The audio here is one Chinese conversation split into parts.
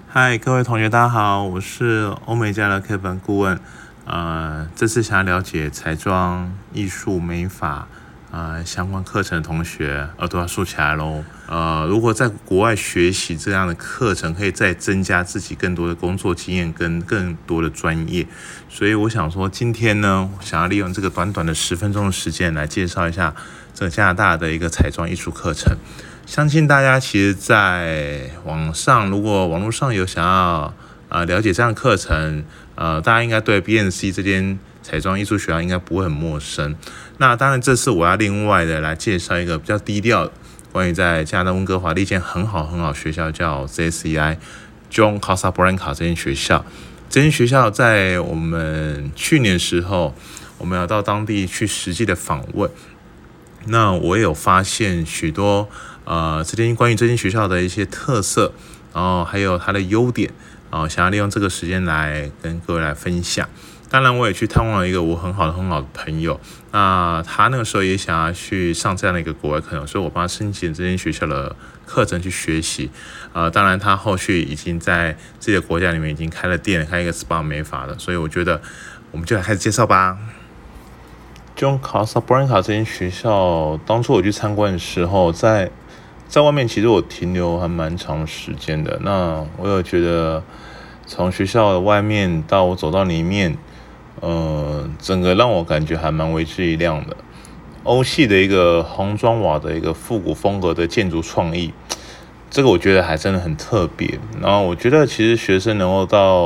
嗨，各位同学，大家好，我是欧美家的课本顾问。这次想要了解彩妆、艺术、美发相关课程的同学，耳朵要竖起来喽。如果在国外学习这样的课程，可以再增加自己更多的工作经验跟更多的专业。所以我想说，今天呢，想要利用这个短短的10分钟的时间来介绍一下这个加拿大的一个彩妆艺术课程。相信大家其实在网上，如果网络上有想要了解这样的课程，大家应该对 BNC 这间彩妆艺术学校应该不会很陌生。那当然，这次我要另外的来介绍一个比较低调的，关于在加拿大温哥华的一间很好学校，叫 JCI John Casablanca 这间学校。这间学校在我们去年的时候，我们要到当地去实际的访问。那我也有发现许多关于这间学校的一些特色，然后还有它的优点，想要利用这个时间来跟各位来分享。当然，我也去探望了一个我很好的朋友，那他那个时候也想要去上这样的一个国外课程，所以我帮他申请这间学校的课程去学习。当然，他后续已经在自己的国家里面已经开了店，开一个 SPA 美发的，所以我觉得我们就来开始介绍吧。John Casablanca 这间学校，当初我去参观的时候，在外面其实我停留还蛮长时间的。那我有觉得，从学校的外面到我走到里面，整个让我感觉还蛮为之一亮的。欧系的一个红砖瓦的一个复古风格的建筑创意，这个我觉得还真的很特别。然后我觉得其实学生能够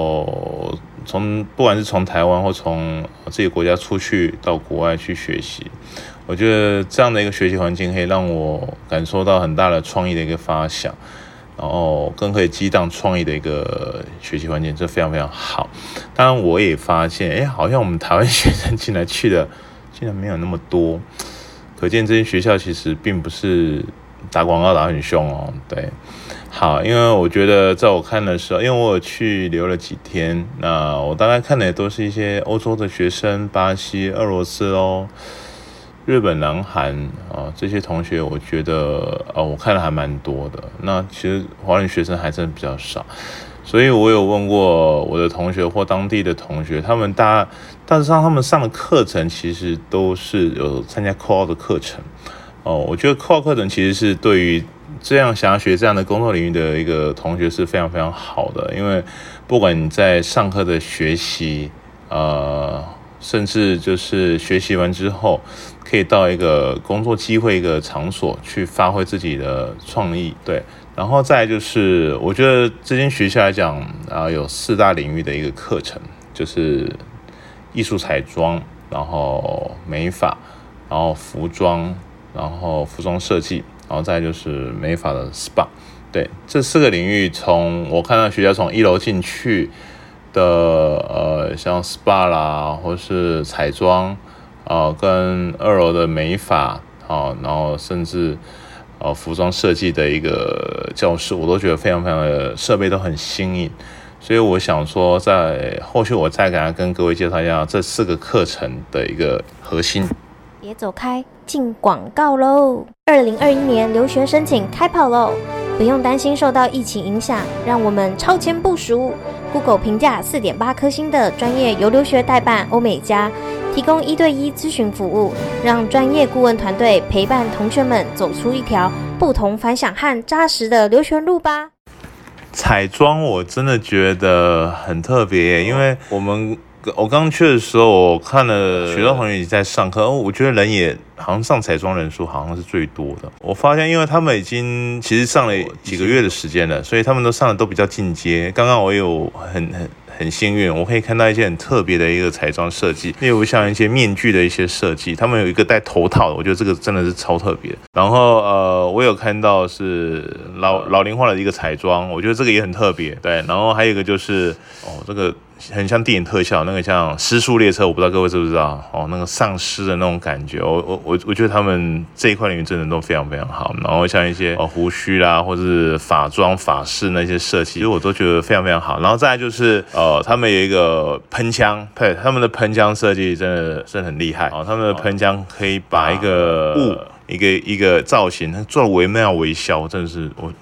不管是从台湾或从自己国家出去到国外去学习，我觉得这样的一个学习环境可以让我感受到很大的创意的一个发想，然后更可以激荡创意的一个学习环境，这非常非常好。当然我也发现，好像我们台湾学生进来去的竟然没有那么多，可见这间学校其实并不是打广告打很凶哦。对，好，因为我觉得在我看的时候，因为我有去留了几天，那我大概看的也都是一些欧洲的学生，巴西、俄罗斯日本、南韩这些同学，我觉得我看的还蛮多的。那其实华人学生还真的比较少，所以我有问过我的同学或当地的同学，他们大致上他们上的课程其实都是有参加 co-op 的课程。我觉得 co-op 课程其实是对于这样想要学这样的工作领域的一个同学是非常非常好的，因为不管你在上课的学习，甚至就是学习完之后，可以到一个工作机会一个场所去发挥自己的创意，对。然后再来就是，我觉得这间学校来讲有4大领域的一个课程，就是艺术彩妆，然后美发，然后服装，然后服装设计，然后再来就是美发的 SPA。对，这4个领域，我看到学校从1楼进去的像 SPA 啦，或是彩妆跟2楼的美发然后甚至服装设计的一个教室，我都觉得非常非常的设备都很新颖。所以我想说，在后续我再跟各位介绍一下这4个课程的一个核心。 别走开，进广告喽！2021年留学申请开跑喽！不用担心受到疫情影响，让我们超前部署。Google 评价4.8颗星的专业游留学代办欧美加，提供1对1咨询服务，让专业顾问团队陪伴同学们走出一条不同凡响和扎实的留学路吧。 彩妆我真的觉得很特别，因为我刚去的时候，我看了学校同学已经在上课，我觉得人也好像上彩妆人数好像是最多的。我发现，因为他们已经其实上了几个月的时间了，所以他们都上的都比较进阶。刚刚我有很幸运，我可以看到一些很特别的一个彩妆设计，例如像一些面具的一些设计，他们有一个戴头套的，我觉得这个真的是超特别。然后我有看到是老龄化的一个彩妆，我觉得这个也很特别。对，然后还有一个就是这个很像电影特效，那个像失速列车，我不知道各位知不知道那个丧尸的那种感觉。我觉得他们这一块领域真的都非常非常好。然后像一些胡须啦，或是发妆发饰那些设计，其实我都觉得非常非常好。然后再来就是他们有一个喷枪，对，他们的喷枪设计真的是很厉害他们的喷枪可以把一个一个造型做得惟妙惟肖，真的是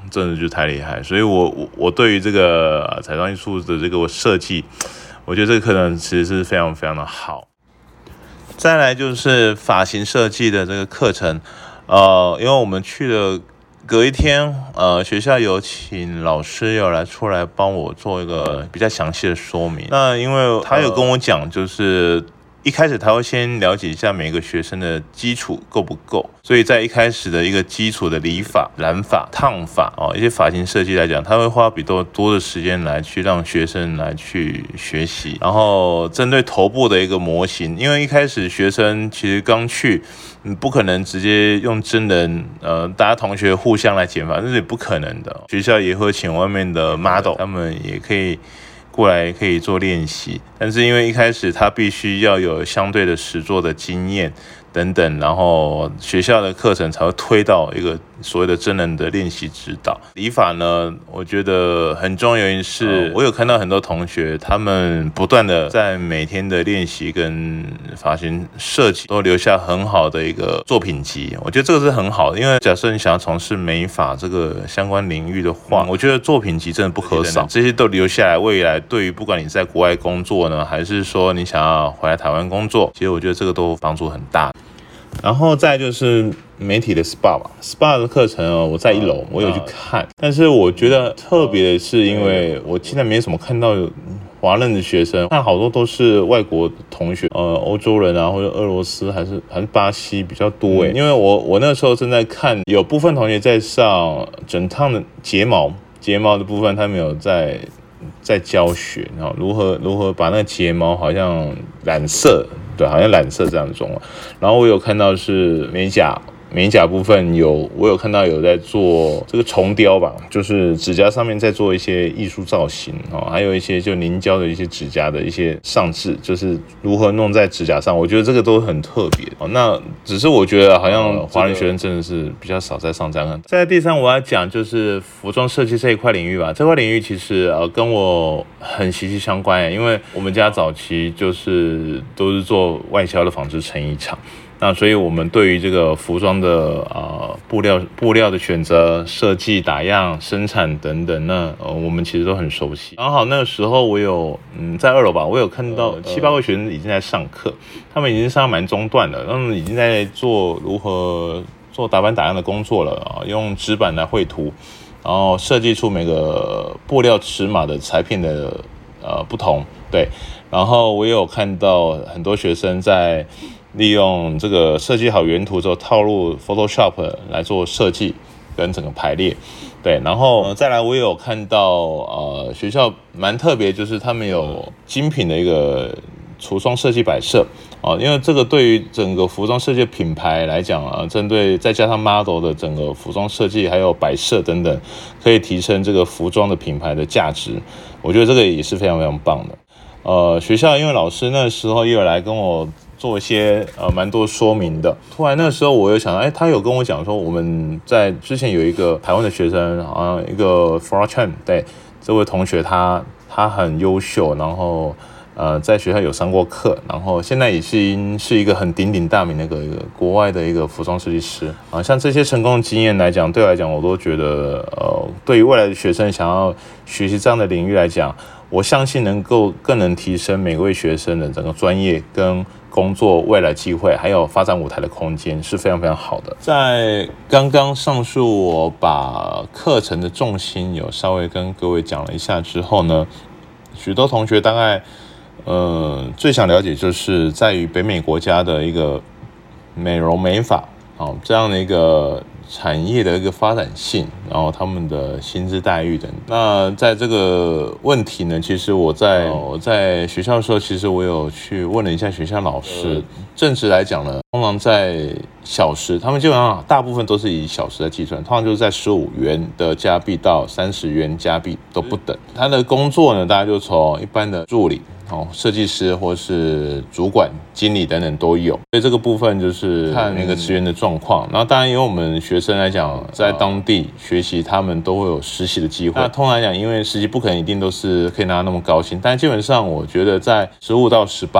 真的就太厉害。所以我对于这个彩妆艺术的这个设计，我觉得这个课程其实是非常非常的好。再来就是发型设计的这个课程，因为我们去了隔一天，学校有请老师出来帮我做一个比较详细的说明。那因为他有跟我讲，就是一开始他会先了解一下每个学生的基础够不够，所以在一开始的一个基础的理发、染发、烫发一些发型设计来讲，他会花比较多的时间来去让学生来去学习，然后针对头部的一个模型，因为一开始学生其实刚去，不可能直接用真人，大家同学互相来剪发，这是不可能的。学校也会请外面的 model， 他们也可以过来可以做练习，但是因为一开始他必须要有相对的实作的经验等等，然后学校的课程才会推到一个所谓的真人的练习指导。理发呢，我觉得很重要原因是，我有看到很多同学他们不断的在每天的练习跟发型设计都留下很好的一个作品集，我觉得这个是很好的，因为假设你想要从事美发这个相关领域的话，我觉得作品集真的不可少，这些都留下来，未来对于不管你在国外工作呢，还是说你想要回来台湾工作，其实我觉得这个都帮助很大。然后再就是媒体的 SPA 的课程我在1楼我有去看，但是我觉得特别的是，因为我现在没什么看到有华人的学生，看好多都是外国同学，欧洲人啊，或者俄罗斯还是巴西比较多因为我那时候正在看，有部分同学在上整趟的睫毛的部分，他们有在教学，然后如何把那个睫毛好像染色。对，好像染色这样的状况。然后我有看到是美甲部分我有看到有在做这个重雕吧，就是指甲上面在做一些艺术造型还有一些就凝胶的一些指甲的一些上制，就是如何弄在指甲上，我觉得这个都很特别那只是我觉得好像华人学生真的是比较少在上这样。在第三我要讲就是服装设计这一块领域吧，这块领域其实跟我很息息相关因为我们家早期就是都是做外销的纺织成衣厂，那所以我们对于这个服装的布料的选择、设计、打样、生产等等，那我们其实都很熟悉。刚好那个时候我有在2楼吧，我有看到7、8位学生已经在上课，他们已经上蛮中段了，他们已经在做如何做打版打样的工作了用纸板来绘图，然后设计出每个布料尺码的裁片的不同，对。然后我也有看到很多学生在利用这个设计好原图之后套入 Photoshop 来做设计跟整个排列，对。然后再来我也有看到学校蛮特别，就是他们有精品的一个橱窗设计摆设因为这个对于整个服装设计品牌来讲针对再加上 model 的整个服装设计还有摆设等等，可以提升这个服装的品牌的价值，我觉得这个也是非常非常棒的。学校因为老师那时候也有来跟我做一些蛮多说明的，突然那时候我有想到他有跟我讲说，我们在之前有一个台湾的学生一个 Flora Chen， 对，这位同学他很优秀，然后在学校有上过课，然后现在也是一个很鼎鼎大名的一个国外的一个服装设计师像这些成功的经验来讲，对我来讲我都觉得对于未来的学生想要学习这样的领域来讲，我相信更能提升每位学生的整个专业跟工作未来机会还有发展舞台的空间是非常非常好的。在刚刚上述我把课程的重心有稍微跟各位讲了一下之后呢，许多同学大概最想了解就是在于北美国家的一个美容美发这样的一个产业的一个发展性，然后他们的薪资待遇等。那在这个问题呢，其实我在学校的时候，其实我有去问了一下学校老师。正职来讲呢，通常在小时，他们基本上大部分都是以小时来计算，通常就是在15元的加币到30元加币都不等。他的工作呢，大家就从一般的助理设计师或是主管、经理等等都有，所以这个部分就是看那个职员的状况。然后当然，因为我们学生来讲，在当地学习，他们都会有实习的机会。那通常来讲，因为实习不可能一定都是可以拿到那么高薪，但基本上我觉得在15到18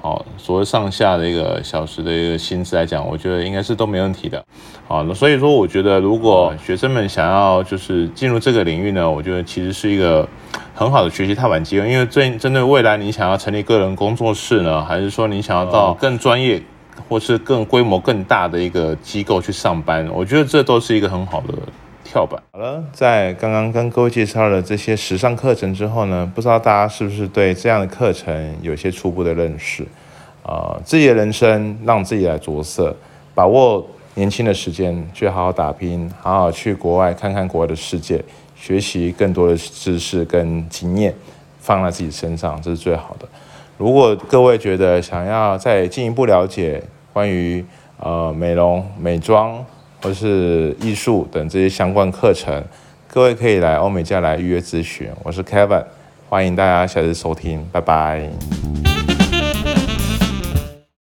所谓上下的一个小时的一个薪资来讲，我觉得应该是都没问题的。那所以说我觉得如果学生们想要就是进入这个领域呢，我觉得其实是一个很好的学习踏板机会，因为针对未来你想要成立个人工作室呢，还是说你想要到更专业或是更规模更大的一个机构去上班，我觉得这都是一个很好的跳板。好了，在刚刚跟各位介绍了这些时尚课程之后呢，不知道大家是不是对这样的课程有些初步的认识？自己的人生让自己来着色，把握年轻的时间去好好打拼，好好去国外看看国外的世界，学习更多的知识跟经验，放在自己身上，这是最好的。如果各位觉得想要再进一步了解关于美容、美妆或是艺术等这些相关课程，各位可以来欧美家来预约咨询。我是 Kevin， 欢迎大家下次收听，拜拜。